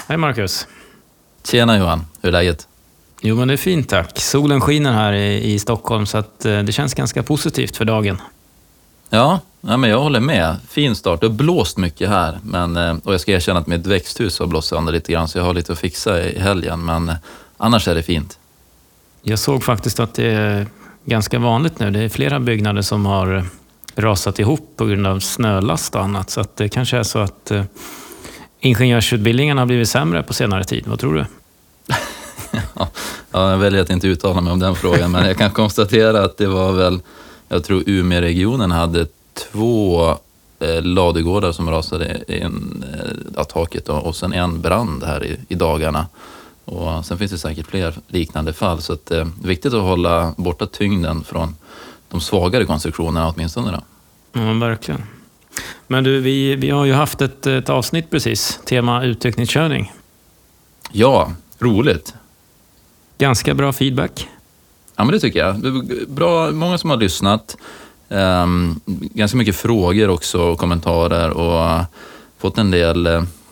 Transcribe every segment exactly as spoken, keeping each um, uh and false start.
Hej Marcus. Tjena Johan, hur är läget? Jo men det är fint tack. Solen skiner här i, i Stockholm så att eh, det känns ganska positivt för dagen. Ja, ja men jag håller med. Fin start. Det har blåst mycket här. Men, eh, och jag ska erkänna att mitt växthus har blåst sönder lite grann så jag har lite att fixa i helgen. Men eh, annars är det fint. Jag såg faktiskt att det är ganska vanligt nu. Det är flera byggnader som har rasat ihop på grund av snölast och annat. Så att det kanske är så att eh, ingenjörsutbildningarna har blivit sämre på senare tid. Vad tror du? Ja, jag väljer att inte uttala mig om den frågan, men jag kan konstatera att det var väl, jag tror Umeå-regionen hade två eh, ladugårdar som rasade i en, eh, taket då, och sen en brand här i, i dagarna. Och sen finns det säkert fler liknande fall, så att det eh, är viktigt att hålla borta tyngden från de svagare konstruktionerna åtminstone då. Ja, verkligen. Men du, vi, vi har ju haft ett, ett avsnitt precis, tema utryckningskörning. Ja, roligt. Ganska bra feedback. Ja, men det tycker jag. Bra, många som har lyssnat. Um, ganska mycket frågor också och kommentarer och fått en del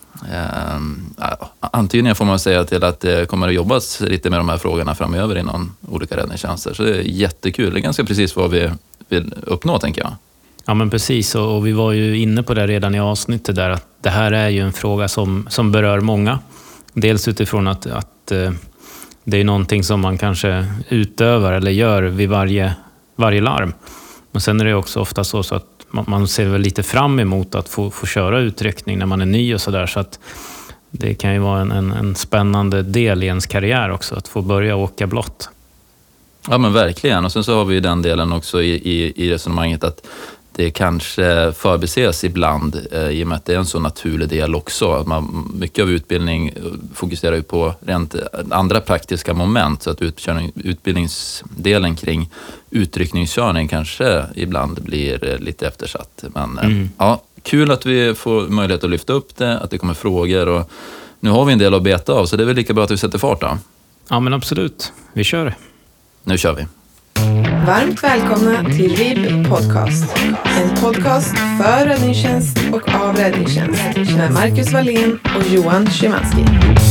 um, antydningar får man säga till att det kommer att jobbas lite med de här frågorna framöver inom olika räddningstjänster. Så det är jättekul. Det är ganska precis vad vi vill uppnå, tänker jag. Ja men precis, och vi var ju inne på det redan i avsnittet där att det här är ju en fråga som, som berör många. Dels utifrån att, att det är någonting som man kanske utövar eller gör vid varje, varje larm. Men sen är det också ofta så, så att man, man ser väl lite fram emot att få, få köra utryckning när man är ny och sådär. Så att det kan ju vara en, en, en spännande del i ens karriär också, att få börja åka blått. Ja men verkligen, och sen så har vi den delen också i, i, i resonemanget att det kanske förbises ibland eh, i och med att det är en så naturlig del också. Att man, mycket av utbildning fokuserar ju på rent andra praktiska moment så att utkörning, utbildningsdelen kring utryckningskörning kanske ibland blir lite eftersatt. Men mm. eh, ja, kul att vi får möjlighet att lyfta upp det, att det kommer frågor och nu har vi en del att beta av så det är väl lika bra att vi sätter fart då. Ja men absolut, vi kör det. Nu kör vi. Varmt välkomna till R I B Podcast. En podcast för räddningstjänst och av räddningstjänst med Marcus Wallén och Johan Szymanski.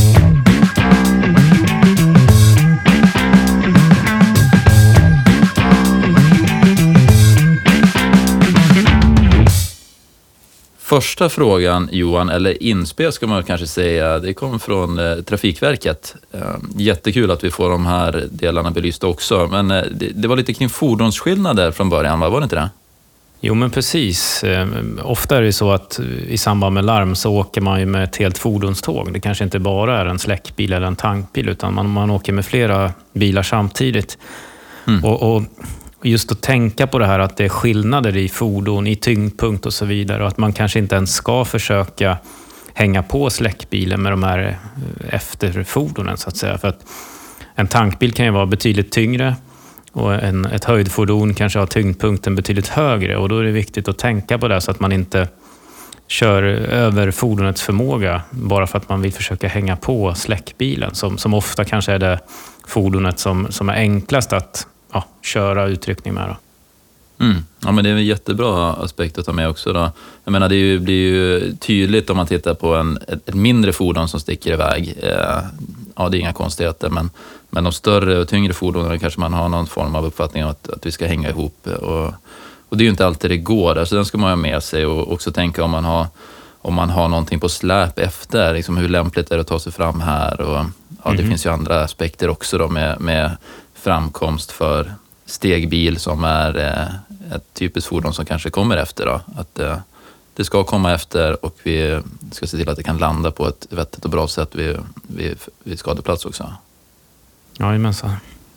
Första frågan, Johan, eller inspel ska man kanske säga, det kom från eh, Trafikverket. Eh, jättekul att vi får de här delarna belysta också, men eh, det, det var lite kring fordonsskillnader från början, va? Var det inte det? Jo men precis. Eh, ofta är det så att i samband med larm så åker man ju med ett helt fordonståg. Det kanske inte bara är en släckbil eller en tankbil utan man, man åker med flera bilar samtidigt. Mm. Och, och just att tänka på det här att det är skillnader i fordon, i tyngdpunkt och så vidare och att man kanske inte ens ska försöka hänga på släckbilen med de här efterfordonen så att säga. För att en tankbil kan ju vara betydligt tyngre och en, ett höjdfordon kanske har tyngdpunkten betydligt högre och då är det viktigt att tänka på det så att man inte kör över fordonets förmåga bara för att man vill försöka hänga på släckbilen som, som ofta kanske är det fordonet som, som är enklast att ja, köra utryckning med då. Mm. Ja, men det är en jättebra aspekt att ta med också då. Jag menar, det är ju, blir ju tydligt om man tittar på en, ett, ett mindre fordon som sticker iväg. Eh, ja, det är inga konstigheter, men, men de större och tyngre fordonen kanske man har någon form av uppfattning om att, att vi ska hänga ihop. Och, och det är ju inte alltid det går där, så den ska man ha med sig och också tänka om man har, om man har någonting på släp efter, liksom hur lämpligt är det att ta sig fram här. Och, ja, det mm. finns ju andra aspekter också då med, med framkomst för stegbil som är eh, ett typiskt fordon som kanske kommer efter då. Att eh, det ska komma efter och vi ska se till att det kan landa på ett vettigt och bra sätt vid, vid, vid skadeplats också. Ja, imensa.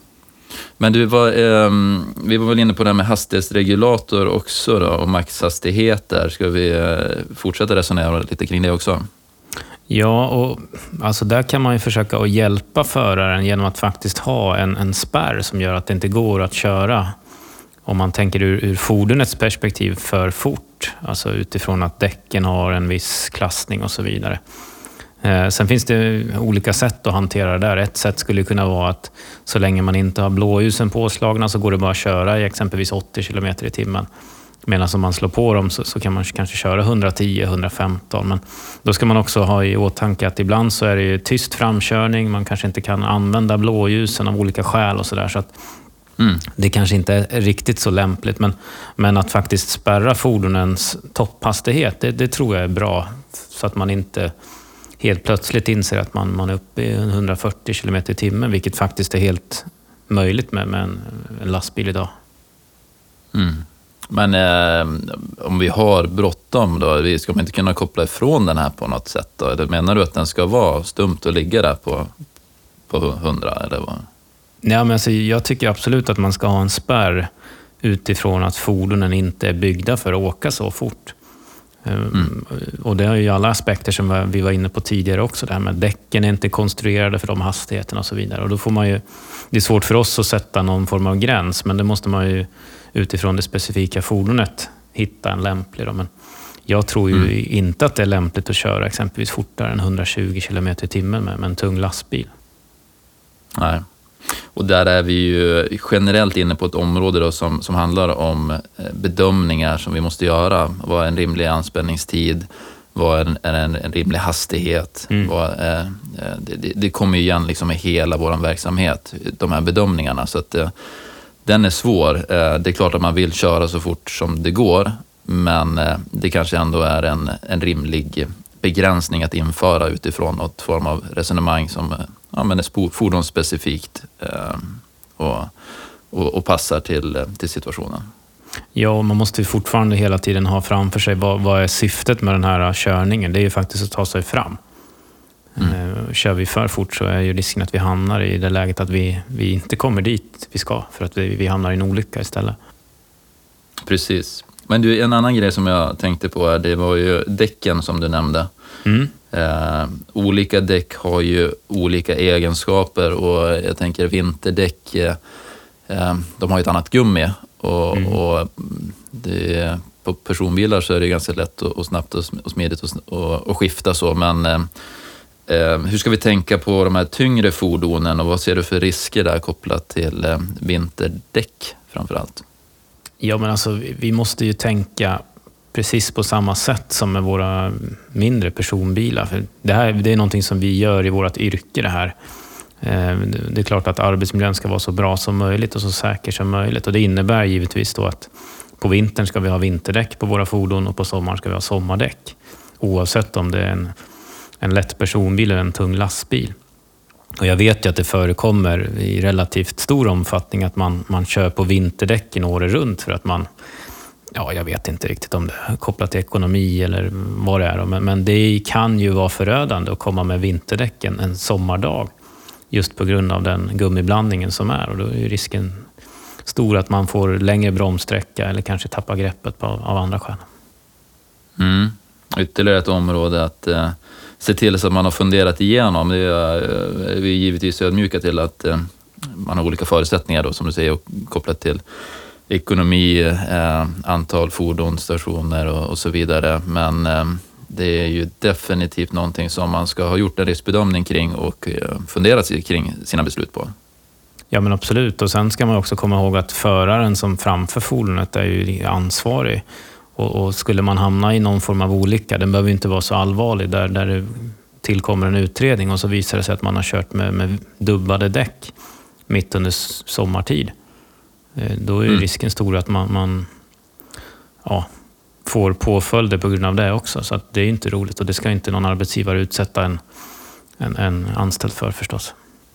Men du, var, eh, vi var väl inne på det här med hastighetsregulator också då och maxhastigheter. Ska vi eh, fortsätta resonera lite kring det också? Ja, och alltså där kan man ju försöka att hjälpa föraren genom att faktiskt ha en, en spärr som gör att det inte går att köra om man tänker ur, ur fordonets perspektiv för fort. Alltså utifrån att däcken har en viss klassning och så vidare. Eh, sen finns det olika sätt att hantera det där. Ett sätt skulle kunna vara att så länge man inte har blåljusen påslagna så går det bara att köra i exempelvis åttio kilometer i timmen. Medan om man slår på dem så, så kan man kanske köra hundratio till hundrafemton. Men då ska man också ha i åtanke att ibland så är det ju tyst framkörning. Man kanske inte kan använda blåljusen av olika skäl och sådär. Så att mm. det kanske inte är riktigt så lämpligt. Men, men att faktiskt spärra fordonens topphastighet, det, det tror jag är bra. Så att man inte helt plötsligt inser att man, man är uppe i hundrafyrtio kilometer i timmen. Vilket faktiskt är helt möjligt med, med en, en lastbil idag. Mm. Men eh, om vi har bråttom då, ska man inte kunna koppla ifrån den här på något sätt då? Eller menar du att den ska vara stumt och ligga där på, på hundra eller vad? Nej, men alltså, jag tycker absolut att man ska ha en spärr utifrån att fordonen inte är byggda för att åka så fort. Mm. Och det är ju alla aspekter som vi var inne på tidigare också. Det här med däcken är inte konstruerade för de hastigheterna och så vidare. Och då får man ju, det är svårt för oss att sätta någon form av gräns, men det måste man ju utifrån det specifika fordonet hitta en lämplig. Då. Men jag tror ju mm. inte att det är lämpligt att köra exempelvis fortare än hundratjugo kilometer i timmen med, med en tung lastbil. Nej. Och där är vi ju generellt inne på ett område då som, som handlar om bedömningar som vi måste göra. Vad är en rimlig anspänningstid? Vad är en, en, en rimlig hastighet? Mm. Vad är, det, det kommer ju igen liksom med hela vår verksamhet, de här bedömningarna. Så att det, den är svår. Det är klart att man vill köra så fort som det går, men det kanske ändå är en, en rimlig begränsning att införa utifrån något form av resonemang som ja, men är fordonsspecifikt eh, och, och, och passar till, till situationen. Ja, man måste ju fortfarande hela tiden ha framför sig vad, vad är syftet med den här körningen. Det är ju faktiskt att ta sig fram. Mm. Eh, kör vi för fort så är ju risken att vi hamnar i det läget att vi, vi inte kommer dit vi ska, för att vi, vi hamnar i en olycka istället. Precis. Men du, en annan grej som jag tänkte på är, det var ju däcken som du nämnde. Mm. Eh, olika däck har ju olika egenskaper och jag tänker vinterdäck, eh, de har ju ett annat gummi och, mm. och det, på personbilar så är det ganska lätt och, och snabbt och smidigt och, och, och skifta så, men eh, hur ska vi tänka på de här tyngre fordonen och vad ser du för risker där kopplat till eh, vinterdäck framförallt? Ja, men alltså vi måste ju tänka precis på samma sätt som med våra mindre personbilar. För det här det är någonting som vi gör i vårt yrke det här. Det är klart att arbetsmiljön ska vara så bra som möjligt och så säker som möjligt. Och det innebär givetvis då att på vintern ska vi ha vinterdäck på våra fordon och på sommaren ska vi ha sommardäck. Oavsett om det är en, en lätt personbil eller en tung lastbil. Och jag vet ju att det förekommer i relativt stor omfattning att man, man kör på vinterdäcken året runt för att man, ja jag vet inte riktigt om det är kopplat till ekonomi eller vad det är. Men, men det kan ju vara förödande att komma med vinterdäcken en sommardag just på grund av den gummiblandningen som är. Och då är ju risken stor att man får längre bromssträcka eller kanske tappar greppet på, av andra skäl. Mm. Ytterligare ett område att eh, se till så att man har funderat igenom. Det är, eh, vi är givetvis ödmjuka till att eh, man har olika förutsättningar då, som du säger, och kopplat till ekonomi, eh, antal fordonsstationer och, och så vidare. Men eh, det är ju definitivt någonting som man ska ha gjort en riskbedömning kring och eh, funderat kring sina beslut på. Ja men absolut, och sen ska man också komma ihåg att föraren som framför fordonet är ju ansvarig. Och, och skulle man hamna i någon form av olycka, den behöver inte vara så allvarlig, där, där det tillkommer en utredning och så visar det sig att man har kört med, med dubbade däck mitt under sommartid. Då är mm. risken stor att man, man ja, får påföljder på grund av det också. Så att det är inte roligt och det ska inte någon arbetsgivare utsätta en, en, en anställd för förstås.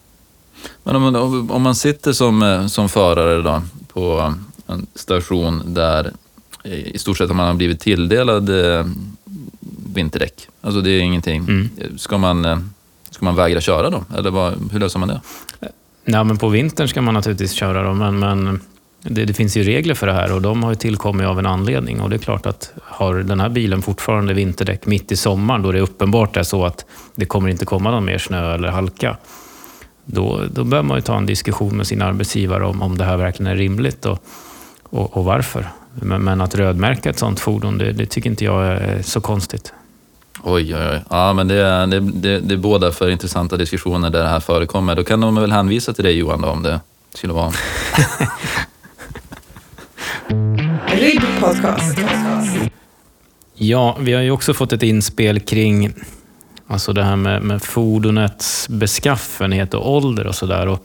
Men om, om man sitter som, som förare då, på en station där i stort sett man har blivit tilldelad vinterdäck. Alltså det är ingenting. Mm. Ska man, ska man vägra köra då? Eller vad, hur löser man det? Nej, men på vintern ska man naturligtvis köra dem, men, men det, det finns ju regler för det här och de har ju tillkommit av en anledning. Och det är klart att har den här bilen fortfarande vinterdäck mitt i sommaren, då det är uppenbart är så att det kommer inte komma någon mer snö eller halka, då, då bör man ju ta en diskussion med sin arbetsgivare om, om det här verkligen är rimligt och, och, och varför. Men, men att rödmärka ett sånt fordon, det, det tycker inte jag är så konstigt. Oj, oj, oj. Ja, men det, det, det, det är båda för intressanta diskussioner där det här förekommer. Då kan de väl hänvisa till dig, Johan, då, om det skulle vara. R I B Podcast. Ja, vi har ju också fått ett inspel kring alltså det här med, med fordonets beskaffenhet och ålder och sådär.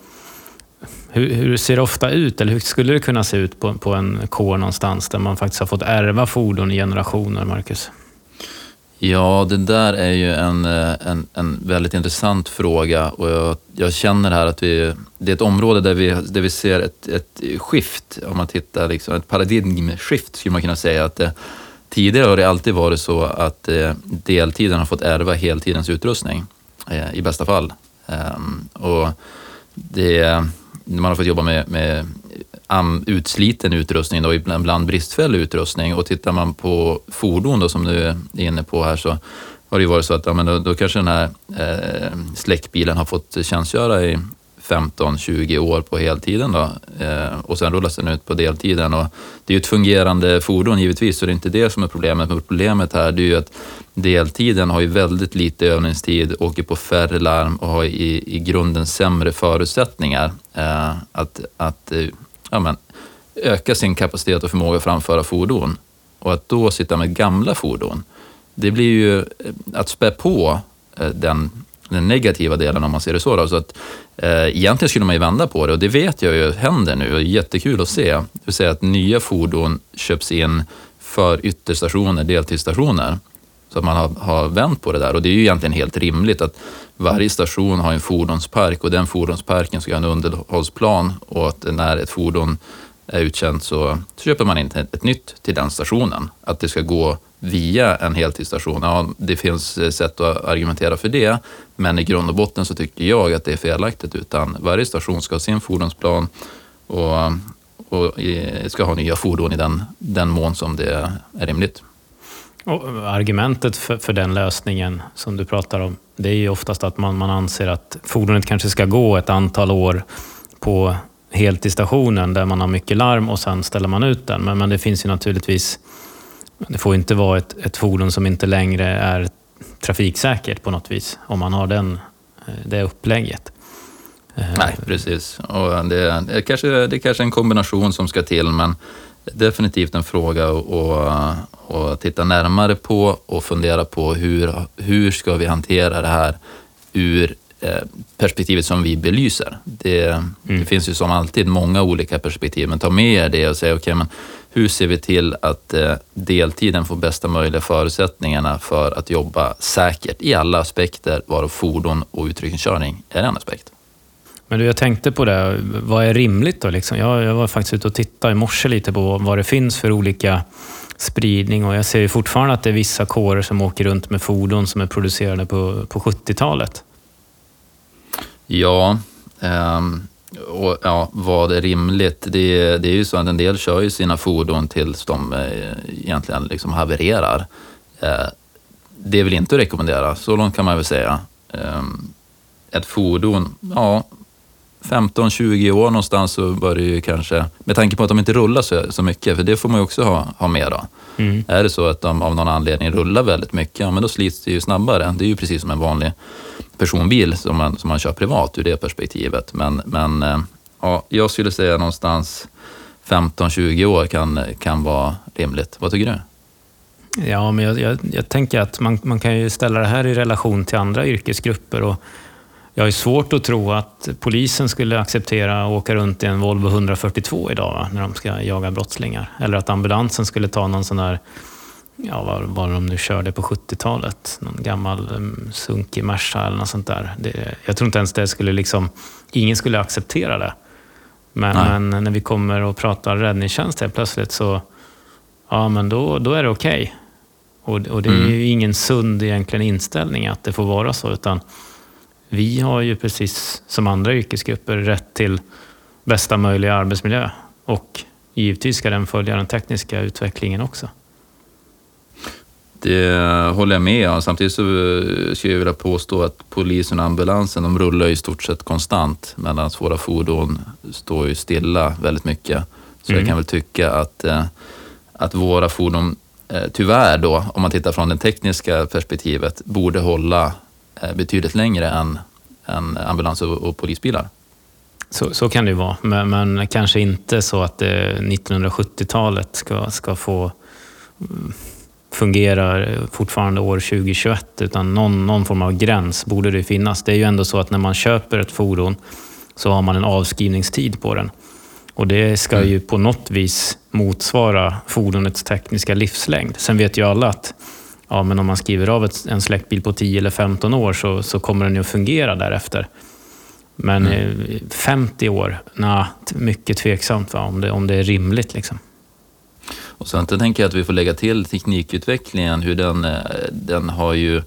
Hur, hur ser det ofta ut, eller hur skulle det kunna se ut på, på en kår någonstans där man faktiskt har fått ärva fordon i generationer, Marcus? Ja, det där är ju en, en, en väldigt intressant fråga och jag, jag känner här att vi, det är ett område där vi, där vi ser ett, ett skift, om man tittar liksom, ett paradigmskift skulle man kunna säga. Att det, tidigare har det alltid varit så att eh, deltiden har fått ärva heltidens utrustning, eh, i bästa fall. Eh, och det, man har fått jobba med, med utsliten utrustning och ibland bristfällig utrustning, och tittar man på fordon då, som du är inne på här, så har det ju varit så att ja, men då, då kanske den här eh, släckbilen har fått tjänstgöra i femton tjugo år på heltiden då, eh, och sen rullas den ut på deltiden, och det är ju ett fungerande fordon givetvis, så det är inte det som är problemet. Men problemet här det är ju att deltiden har ju väldigt lite övningstid, åker på färre larm och har i, i grunden sämre förutsättningar eh, att, att ja, men, öka sin kapacitet och förmåga att framföra fordon. Och att då sitta med gamla fordon, det blir ju att spä på den, den negativa delen, om man ser det så. Då. Så att, eh, egentligen skulle man ju vända på det, och det vet jag ju händer nu, och det är jättekul att se. Det vill säga att nya fordon köps in för ytterstationer, deltidsstationer. Så att man har, har vänt på det där, och det är ju egentligen helt rimligt att varje station har en fordonspark, och den fordonsparken ska ha en underhållsplan, och att när ett fordon är utkänt så, så köper man inte ett, ett nytt till den stationen. Att det ska gå via en heltidsstation, ja, det finns sätt att argumentera för det, men i grund och botten så tycker jag att det är felaktigt, utan varje station ska ha sin fordonsplan och, och ska ha nya fordon i den, den mån som det är rimligt. Och argumentet för, för den lösningen som du pratar om, det är ju oftast att man, man anser att fordonet kanske ska gå ett antal år på heltidsstationen där man har mycket larm, och sen ställer man ut den. Men, men det finns ju naturligtvis, det får inte vara ett, ett fordon som inte längre är trafiksäkert på något vis, om man har den, det upplägget. Nej, precis. Och det, det, är kanske, det är kanske en kombination som ska till, men definitivt en fråga att titta närmare på och fundera på hur, hur ska vi hantera det här ur perspektivet som vi belyser. Det, mm. det finns ju som alltid många olika perspektiv, men ta med er det och säga okej, okay, men hur ser vi till att eh, deltiden får bästa möjliga förutsättningarna för att jobba säkert i alla aspekter, varav fordon och utryckningskörning är en aspekt. Men du, jag tänkte på det, vad är rimligt då? Liksom? Jag, jag var faktiskt ute och tittade i morse lite på vad det finns för olika spridning, och jag ser ju fortfarande att det är vissa kårer som åker runt med fordon som är producerade på, på sjuttiotalet. Ja, um, och ja, vad är rimligt? Det, det är ju så att en del kör ju sina fordon tills de eh, egentligen liksom havererar. Eh, det är väl inte att rekommendera, så långt kan man väl säga. Um, ett fordon, ja, femton tjugo år någonstans så bör det ju kanske, med tanke på att de inte rullar så, så mycket, för det får man ju också ha, ha med då. Mm. Är det så att de av någon anledning rullar väldigt mycket, ja men då slits det ju snabbare. Det är ju precis som en vanlig personbil som man, som man kör privat ur det perspektivet. Men, men ja, jag skulle säga någonstans femton tjugo år kan, kan vara rimligt. Vad tycker du? Ja, men jag, jag, jag tänker att man, man kan ju ställa det här i relation till andra yrkesgrupper, och jag har svårt att tro att polisen skulle acceptera att åka runt i en Volvo hundrafyrtiotvå idag, va, när de ska jaga brottslingar. Eller att ambulansen skulle ta någon sån där, ja, vad, vad de nu körde på sjuttiotalet, någon gammal um, sunkig Merca eller något sånt där. Det, jag tror inte ens det skulle liksom, ingen skulle acceptera det. Men, men när vi kommer och pratar räddningstjänst här plötsligt så, ja men då, då är det okej. Okay. Och, och det är mm. ju ingen sund egentligen inställning att det får vara så, utan vi har ju precis som andra yrkesgrupper rätt till bästa möjliga arbetsmiljö, och givetvis ska den följa den tekniska utvecklingen också. Det håller jag med om. Samtidigt så skulle jag vilja påstå att polisen och ambulansen, de rullar i stort sett konstant, medan våra fordon står ju stilla väldigt mycket. Så mm. jag kan väl tycka att, att våra fordon tyvärr då, om man tittar från det tekniska perspektivet, borde hålla betydligt längre än, än ambulans och, och polisbilar. Så, så kan det ju vara, men, men kanske inte så att eh, nittonhundrasjuttiotalet ska, ska få mm, fungera fortfarande år tjugohundratjugoett, utan någon, någon form av gräns borde det finnas. Det är ju ändå så att när man köper ett fordon så har man en avskrivningstid på den. Och det ska mm. ju på något vis motsvara fordonets tekniska livslängd. Sen vet ju alla att ja, men om man skriver av ett, en släktbil på tio eller femton år så, så kommer den ju att fungera därefter. Men mm. femtio år, nej, mycket tveksamt va, om, det, om det är rimligt liksom. Och sen tänker jag att vi får lägga till teknikutvecklingen, hur den, den har ju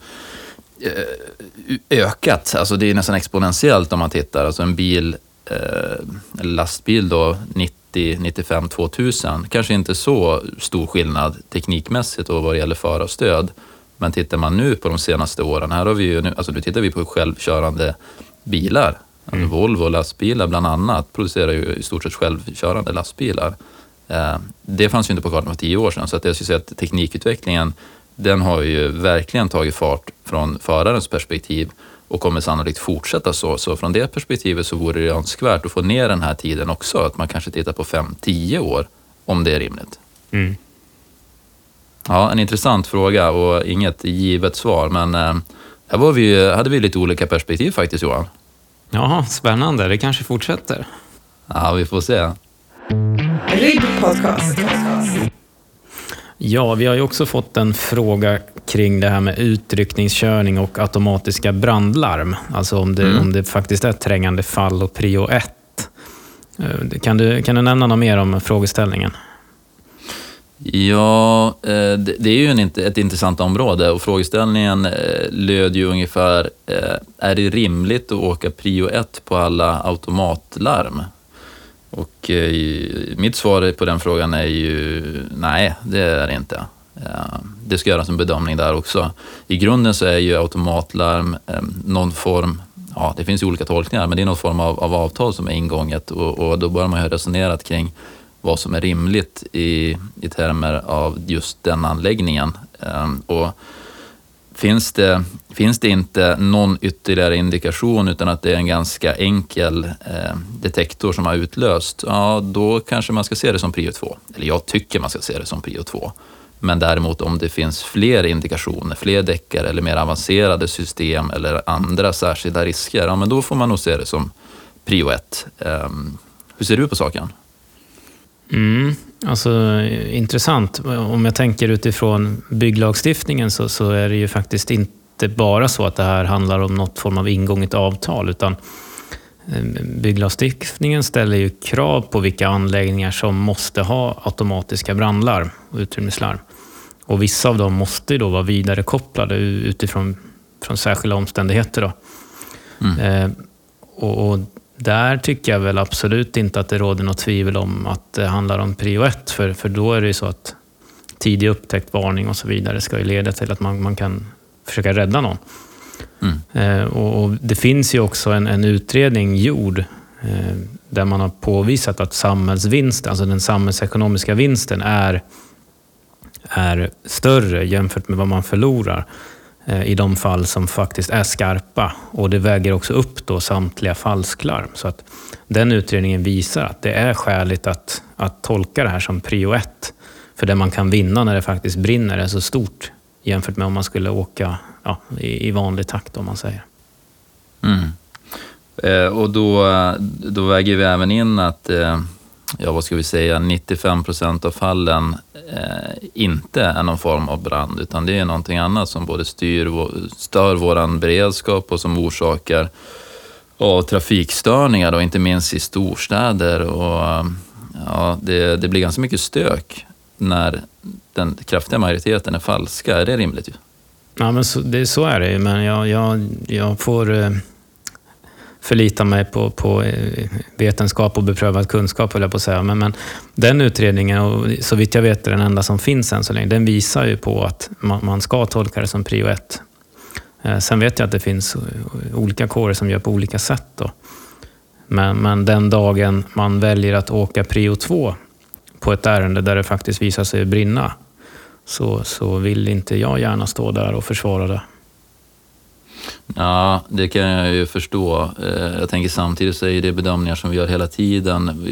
ökat. Alltså det är nästan exponentiellt om man tittar. Alltså en bil, en lastbil då, nittio, nittiofem, tvåtusen. Kanske inte så stor skillnad teknikmässigt och vad det gäller förarstöd. Men tittar man nu på de senaste åren, här har vi ju nu, alltså nu tittar vi på självkörande bilar. Alltså mm. Volvo lastbilar bland annat producerar ju i stort sett självkörande lastbilar. Det fanns ju inte på kartan för tio år sedan, så att jag skulle säga att teknikutvecklingen, den har ju verkligen tagit fart från förarens perspektiv och kommer sannolikt fortsätta så. Så från det perspektivet så vore det önskvärt att få ner den här tiden också, att man kanske tittar på fem till tio år om det är rimligt. Mm. Ja, en intressant fråga och inget givet svar, men här var vi, hade vi lite olika perspektiv faktiskt, Johan. Ja, spännande. Det kanske fortsätter. Ja, vi får se. R I B Podcast. Ja, vi har ju också fått en fråga kring det här med utryckningskörning och automatiska brandlarm. Alltså om det, mm. om det faktiskt är trängande fall och prio ett. Kan du, kan du nämna något mer om frågeställningen? Ja, det är ju en, ett intressant område och frågeställningen löd ju ungefär, är det rimligt att åka prio ett på alla automatlarm? Och mitt svar på den frågan är ju nej, det är det inte. Det ska göras en bedömning där också. I grunden så är ju automatlarm någon form, ja det finns ju olika tolkningar, men det är någon form av, av avtal som är ingånget och, och då bör man ju ha resonerat kring vad som är rimligt i, i termer av just den anläggningen. Och finns det, finns det inte någon ytterligare indikation utan att det är en ganska enkel eh, detektor som har utlöst, ja då kanske man ska se det som prio två. Eller jag tycker man ska se det som prio två. Men däremot om det finns fler indikationer, fler däckare eller mer avancerade system eller andra särskilda risker, ja men då får man nog se det som prio ett. Eh, hur ser du på saken? Mm, alltså intressant. Om jag tänker utifrån bygglagstiftningen så, så är det ju faktiskt inte bara så att det här handlar om något form av ingånget avtal, utan bygglagstiftningen ställer ju krav på vilka anläggningar som måste ha automatiska brandlarm och utrymningslarm. Och vissa av dem måste ju då vara vidare kopplade utifrån från särskilda omständigheter då. Mm. Eh, och, och där tycker jag väl absolut inte att det råder något tvivel om att det handlar om prio ett, för, för då är det ju så att tidig upptäckt, varning och så vidare ska ju leda till att man, man kan försöka rädda någon. Mm. Eh, och, och det finns ju också en, en utredning gjord eh, där man har påvisat att samhällsvinsten, alltså den samhällsekonomiska vinsten är, är större jämfört med vad man förlorar i de fall som faktiskt är skarpa, och det väger också upp då samtliga falsklarm. Så att den utredningen visar att det är skäligt att, att tolka det här som prio ett, för det man kan vinna när det faktiskt brinner är så stort jämfört med om man skulle åka ja, i, i vanlig takt om man säger. Mm. Eh, och då, då väger vi även in att eh, ja, vad ska vi säga, nittiofem procent av fallen eh, inte är någon form av brand, utan det är någonting annat som både styr, stör våran beredskap och som orsakar ja, trafikstörningar då, inte minst i storstäder, och ja, det, det blir ganska mycket stök när den kraftiga majoriteten är falska. Är det rimligt? Ja, men så, det, så är det, men jag, jag, jag får eh, förlita mig på, på vetenskap och beprövad kunskap, höll jag på att säga. Men, men den utredningen, och så vitt jag vet är den enda som finns än så länge, den visar ju på att man, man ska tolka det som prio ett. Eh, sen vet jag att det finns olika kårer som gör på olika sätt då. Men, men den dagen man väljer att åka prio två på ett ärende där det faktiskt visar sig brinna, så, så vill inte jag gärna stå där och försvara det. Ja, det kan jag ju förstå. Jag tänker samtidigt så är det bedömningar som vi gör hela tiden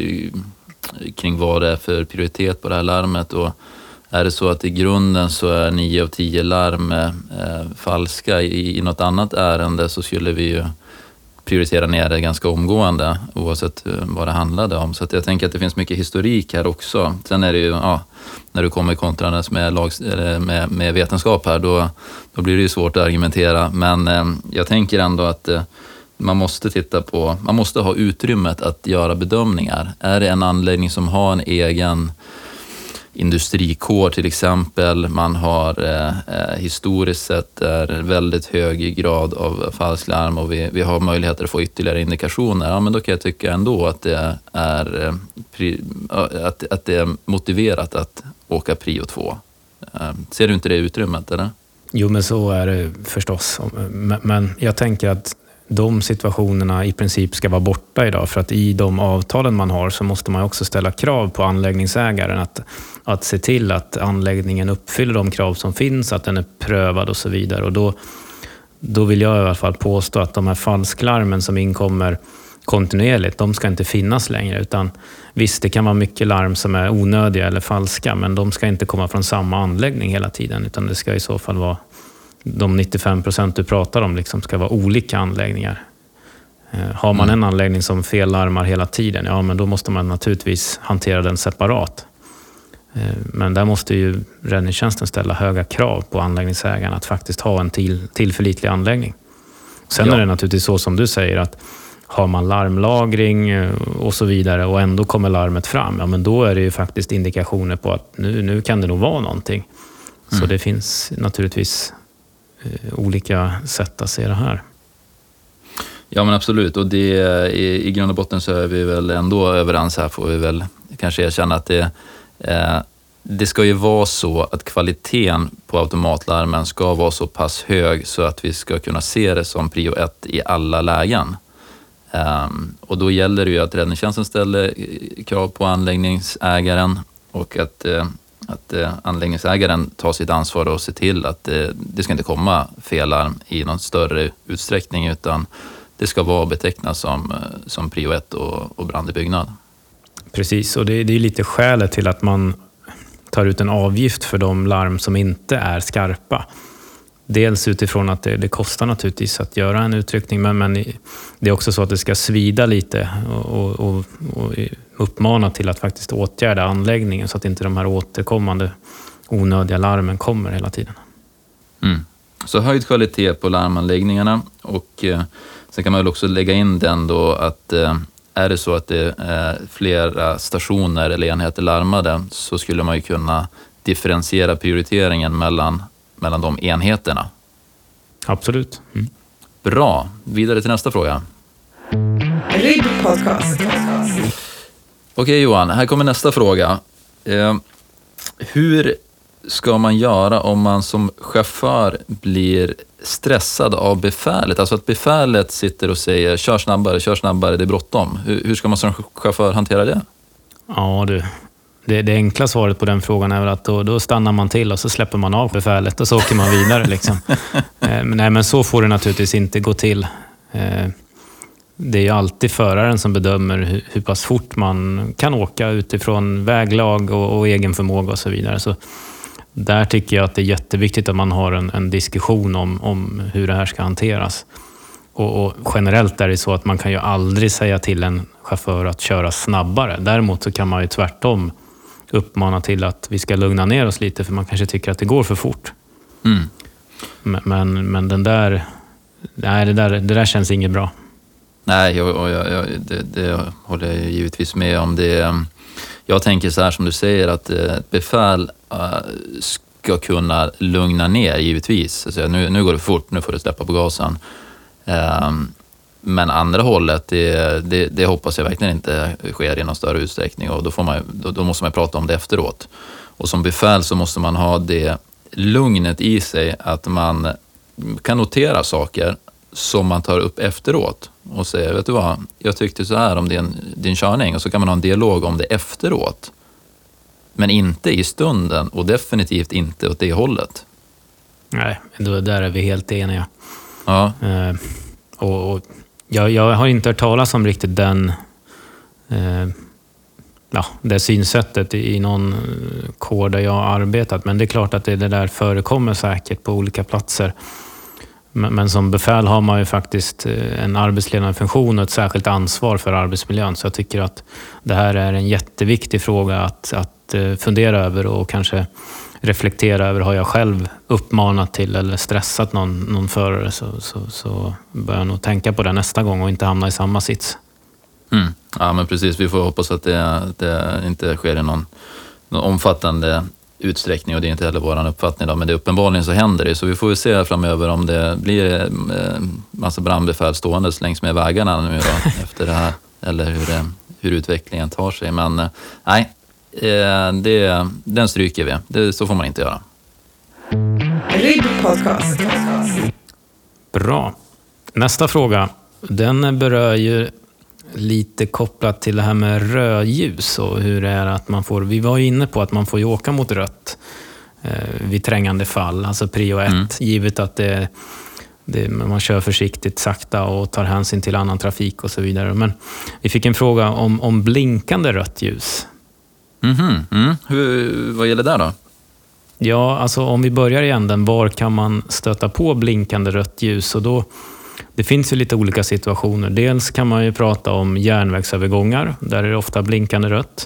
kring vad det är för prioritet på det här larmet. Och är det så att i grunden så är nio av tio larm eh, falska i, i något annat ärende, så skulle vi ju prioritera ner det ganska omgående oavsett vad det handlade om. Så att jag tänker att det finns mycket historik här också. Sen är det ju, ja, när du kommer kontranes med, lag, med, med vetenskap här, då, då blir det ju svårt att argumentera. Men eh, jag tänker ändå att eh, man måste titta på, man måste ha utrymmet att göra bedömningar. Är det en anläggning som har en egen industrikår till exempel, man har eh, historiskt sett är väldigt hög grad av falsklarm och vi, vi har möjligheter att få ytterligare indikationer, ja, men då kan jag tycka ändå att det är, eh, pri, att, att det är motiverat att åka prio två. Eh, ser du inte det utrymmet, eller? Jo, men så är det förstås. Men, men jag tänker att de situationerna i princip ska vara borta idag, för att i de avtalen man har så måste man också ställa krav på anläggningsägaren att, att se till att anläggningen uppfyller de krav som finns, att den är prövad och så vidare. Och då, då vill jag i alla fall påstå att de här falsklarmen som inkommer kontinuerligt, de ska inte finnas längre, utan visst, det kan vara mycket larm som är onödiga eller falska, men de ska inte komma från samma anläggning hela tiden, utan det ska i så fall vara de nittiofem procent du pratar om liksom ska vara olika anläggningar. Eh, har man mm. en anläggning som fellarmar hela tiden, ja, men då måste man naturligtvis hantera den separat. Eh, men där måste ju räddningstjänsten ställa höga krav på anläggningsägaren att faktiskt ha en till, tillförlitlig anläggning. Sen ja. är det naturligtvis så som du säger, att har man larmlagring och så vidare och ändå kommer larmet fram, ja, men då är det ju faktiskt indikationer på att nu, nu kan det nog vara någonting. Mm. Så det finns naturligtvis olika sätt att se det här. Ja, men absolut, och det, i, i grund och botten så är vi väl ändå överens här, får vi väl kanske erkänna att det, eh, det ska ju vara så att kvaliteten på automatlarmen ska vara så pass hög så att vi ska kunna se det som prio ett i alla lägen. Um, och då gäller det ju att räddningstjänsten ställer krav på anläggningsägaren och att eh, att eh, anläggningsägaren tar sitt ansvar och ser till att eh, det ska inte komma fellarm i någon större utsträckning, utan det ska vara betecknat som, som prio ett och, och brand i byggnad. Precis, och det, det är lite skälet till att man tar ut en avgift för de larm som inte är skarpa. Dels utifrån att det, det kostar naturligtvis att göra en utryckning, men, men det är också så att det ska svida lite och, och, och uppmana till att faktiskt åtgärda anläggningen så att inte de här återkommande onödiga larmen kommer hela tiden. Mm. Så höjd kvalitet på larmanläggningarna, och eh, sen kan man väl också lägga in den då att eh, är det så att det är flera stationer eller enheter larmade, så skulle man ju kunna differentiera prioriteringen mellan mellan de enheterna. Absolut. Mm. Bra. Vidare till nästa fråga. R I B Podcast. Okej Johan, här kommer nästa fråga. Eh, hur ska man göra om man som chaufför blir stressad av befälet? Alltså att befälet sitter och säger kör snabbare, kör snabbare, det är bråttom. Hur, hur ska man som chaufför hantera det? Ja du, det, det enkla svaret på den frågan är väl att då, då stannar man till och så släpper man av befälet och så åker man vidare. Liksom. eh, men, nej, men så får det naturligtvis inte gå till. Eh, det är ju alltid föraren som bedömer hur, hur pass fort man kan åka utifrån väglag och, och egen förmåga och så vidare. Så där tycker jag att det är jätteviktigt att man har en, en diskussion om, om hur det här ska hanteras. Och, och generellt är det så att man kan ju aldrig säga till en chaufför att köra snabbare. Däremot så kan man ju tvärtom uppmana till att vi ska lugna ner oss lite, för man kanske tycker att det går för fort. Mm. Men, men, men den där, nej, det, där, det där känns inget bra. Nej, jag, jag, jag, det, det håller jag givetvis med om. Det, jag tänker så här som du säger, att ett befäl äh, ska kunna lugna ner givetvis. Alltså, nu, nu går det fort, nu får du släppa på gasen. Ähm, men andra hållet, det, det, det hoppas jag verkligen inte sker i någon större utsträckning, och då, får man, då, då måste man prata om det efteråt. Och som befäl så måste man ha det lugnet i sig att man kan notera saker som man tar upp efteråt och säger, vet du vad, jag tyckte så här om din, din körning, och så kan man ha en dialog om det efteråt. Men inte i stunden, och definitivt inte åt det hållet. Nej, då, där är vi helt eniga. Ja. Eh, och, och jag, jag har inte hört talas om riktigt den, eh, ja, det synsättet i någon kår där jag har arbetat. Men det är klart att det, det där förekommer säkert på olika platser. Men, men som befäl har man ju faktiskt en arbetsledande funktion och ett särskilt ansvar för arbetsmiljön. Så jag tycker att det här är en jätteviktig fråga att, att fundera över och kanske reflektera över. Har jag själv uppmanat till eller stressat någon, någon förare, så, så, så bör jag nog tänka på det nästa gång och inte hamna i samma sits. Mm. Ja, men precis. Vi får hoppas att det, det inte sker i någon, någon omfattande utsträckning, och det är inte heller vår uppfattning då, men det uppenbarligen så händer det. Så vi får ju se framöver om det blir eh, massa brandbefäl ståendes längs med vägarna nu då, efter det här, eller hur, det, hur utvecklingen tar sig. Men eh, nej, eh, det, den stryker vi. Det, så får man inte göra. R I B Podcast. Bra. Nästa fråga, den berör ju lite kopplat till det här med rödljus och hur det är att man får, vi var ju inne på att man får ju åka mot rött eh, vid trängande fall, alltså prio ett, mm. givet att det, det, man kör försiktigt, sakta och tar hänsyn till annan trafik och så vidare. Men vi fick en fråga om, om blinkande rött ljus. Mm-hmm. Mm. Hur, vad gäller det då? Ja, alltså om vi börjar i änden, var kan man stöta på blinkande rött ljus? Och då, det finns ju lite olika situationer. Dels kan man ju prata om järnvägsövergångar, där är det ofta blinkande rött.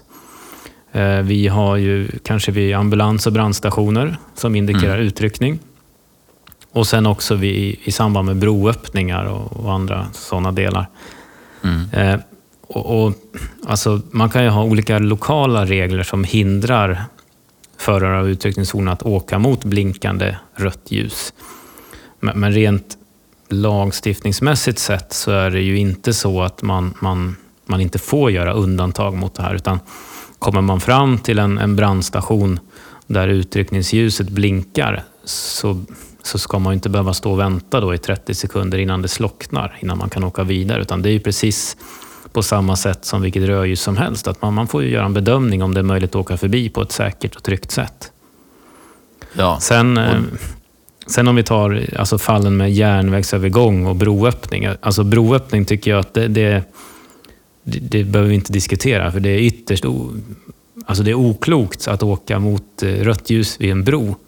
Vi har ju kanske vid ambulans- och brandstationer som indikerar mm. utryckning. Och sen också vid, i samband med broöppningar och, och andra sådana delar. Mm. Eh, och, och, alltså, man kan ju ha olika lokala regler som hindrar förare av utryckningszonen att åka mot blinkande rött ljus. Men, men rent lagstiftningsmässigt sett så är det ju inte så att man, man, man inte får göra undantag mot det här, utan kommer man fram till en, en brandstation där utryckningsljuset blinkar, så, så ska man inte behöva stå och vänta då i trettio sekunder innan det slocknar, innan man kan åka vidare, utan det är ju precis på samma sätt som vilket rödljus som helst, att man, man får ju göra en bedömning om det är möjligt att åka förbi på ett säkert och tryggt sätt. Ja. Sen, och... sen om vi tar alltså fallen med järnvägsövergång och broöppning, alltså broöppning tycker jag att det, det, det, det behöver vi inte diskutera, för det är ytterst o, alltså det är oklokt att åka mot rött ljus vid en bro.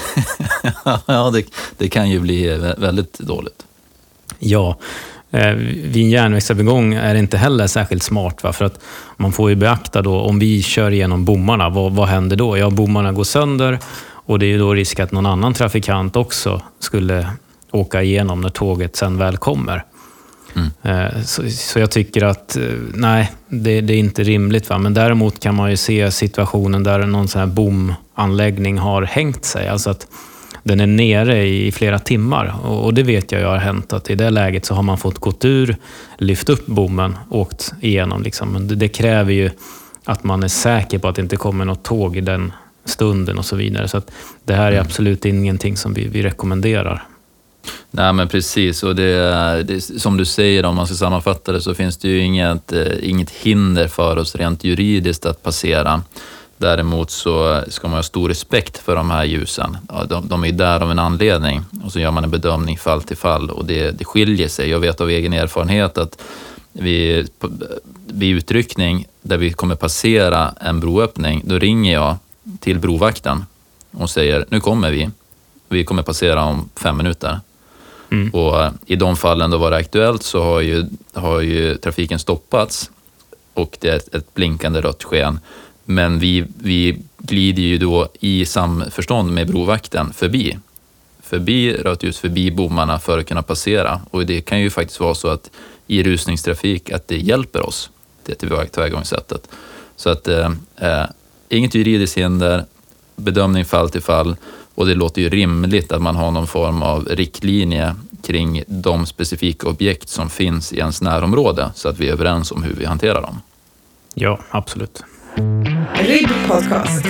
Ja, det, det kan ju bli väldigt dåligt. Ja, vid en järnvägsövergång är det inte heller särskilt smart, va? För att man får ju beakta då, om vi kör igenom bommarna, vad, vad händer då? Ja, bommarna går sönder och det är ju då risk att någon annan trafikant också skulle åka igenom när tåget sen väl kommer. Mm. Så, så jag tycker att nej, det, det är inte rimligt, va? Men däremot kan man ju se situationen där någon sån här bomanläggning har hängt sig, alltså att den är nere i flera timmar, och det vet jag ju har hänt, att i det läget så har man fått gått ur, lyft upp bommen, åkt igenom liksom. Men det, det kräver ju att man är säker på att det inte kommer något tåg i den stunden och så vidare, så att det här är absolut ingenting som vi, vi rekommenderar. Nej, men precis, och det, det, som du säger, om man ska sammanfatta det, så finns det ju inget, inget hinder för oss rent juridiskt att passera. Däremot så ska man ha stor respekt för de här ljusen. De, de är där av en anledning, och så gör man en bedömning fall till fall, och det, det skiljer sig. Jag vet av egen erfarenhet att vid, vid utryckning där vi kommer passera en broöppning, då ringer jag till brovakten och säger, nu kommer vi. Vi kommer passera om fem minuter. Mm. Och i de fallen då var det aktuellt, så har ju, har ju trafiken stoppats och det är ett, ett blinkande rött sken. Men vi, vi glider ju då i samförstånd med brovakten förbi. Förbi rött ljus, förbi bommarna för att kunna passera. Och det kan ju faktiskt vara så att i rusningstrafik att det hjälper oss, det tillvägagångssättet. Så att eh, inget juridiskt hinder, bedömning fall till fall. Och det låter ju rimligt att man har någon form av riktlinje kring de specifika objekt som finns i ens närområde, så att vi är överens om hur vi hanterar dem. Ja, absolut. R I B Podcast.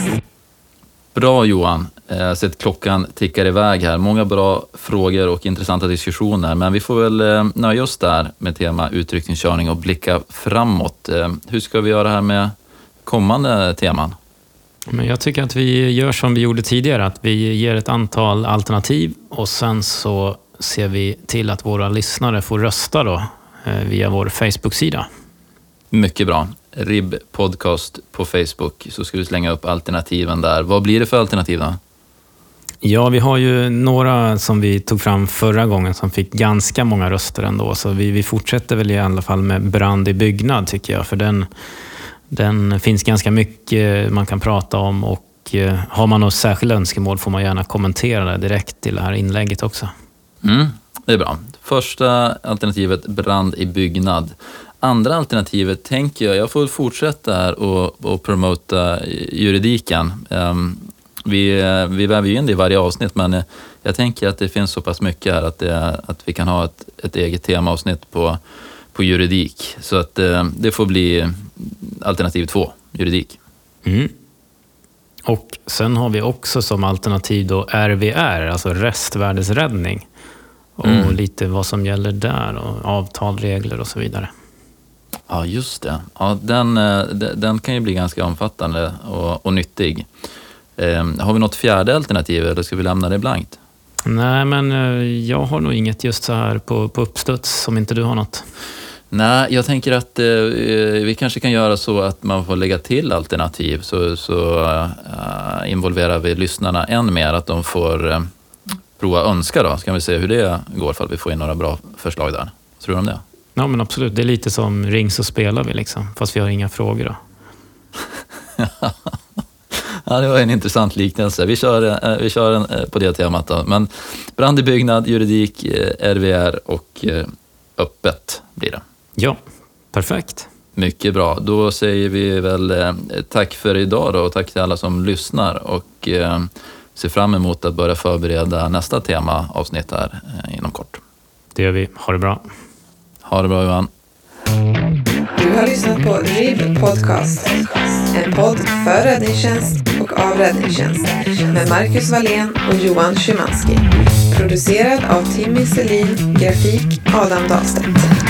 Bra, Johan. Jag har sett klockan tickar iväg här. Många bra frågor och intressanta diskussioner, men vi får väl nöja oss där med tema utryckningskörning och blicka framåt. Hur ska vi göra här med kommande teman? Men jag tycker att vi gör som vi gjorde tidigare, att vi ger ett antal alternativ och sen så ser vi till att våra lyssnare får rösta då, eh, via vår Facebook-sida. Mycket bra. R I B Podcast på Facebook, så ska vi slänga upp alternativen där. Vad blir det för alternativ då? Ja, vi har ju några som vi tog fram förra gången som fick ganska många röster ändå. Så vi, vi fortsätter väl i alla fall med brand i byggnad tycker jag. För den, den finns ganska mycket man kan prata om. Och eh, har man något särskilt önskemål får man gärna kommentera det direkt till det här inlägget också. Mm, det är bra. Första alternativet, brand i byggnad. Andra alternativet tänker jag, jag får fortsätta här och, och promota juridiken. Um, vi, vi väver ju in det i varje avsnitt, men jag tänker att det finns så pass mycket här att, det, att vi kan ha ett, ett eget temaavsnitt på, på juridik. Så att um, det får bli alternativ två, juridik. Mm. Och sen har vi också som alternativ då R V R, alltså restvärdesräddning. Och mm. lite vad som gäller där och avtal, regler och så vidare. Ja, just det. Ja, den, den kan ju bli ganska omfattande och, och nyttig. Eh, har vi något fjärde alternativ eller ska vi lämna det blankt? Nej, men jag har nog inget just så här på, på uppstuds, om inte du har något. Nej, jag tänker att eh, vi kanske kan göra så att man får lägga till alternativ så, så uh, involverar vi lyssnarna än mer, att de får uh, prova önska då. Ska vi se hur det går för att vi får in några bra förslag där. Tror du om det? Ja, men absolut. Det är lite som ring så spelar vi liksom, fast vi har inga frågor då. Ja, det var en intressant liknelse. Vi kör, vi kör en på det temat då. Men brand i byggnad, juridik, R V R och öppet blir det. Ja, perfekt. Mycket bra. Då säger vi väl tack för idag då och tack till alla som lyssnar och ser fram emot att börja förbereda nästa temaavsnitt här inom kort. Det gör vi. Ha det bra. Ha det bra, Johan. Du har lyssnat på R I B Podcast. En podd för räddningstjänst och av räddningstjänst. Med Marcus Wallén och Johan Szymanski. Producerad av Timmy Selin, grafik Adam Dahlstedt.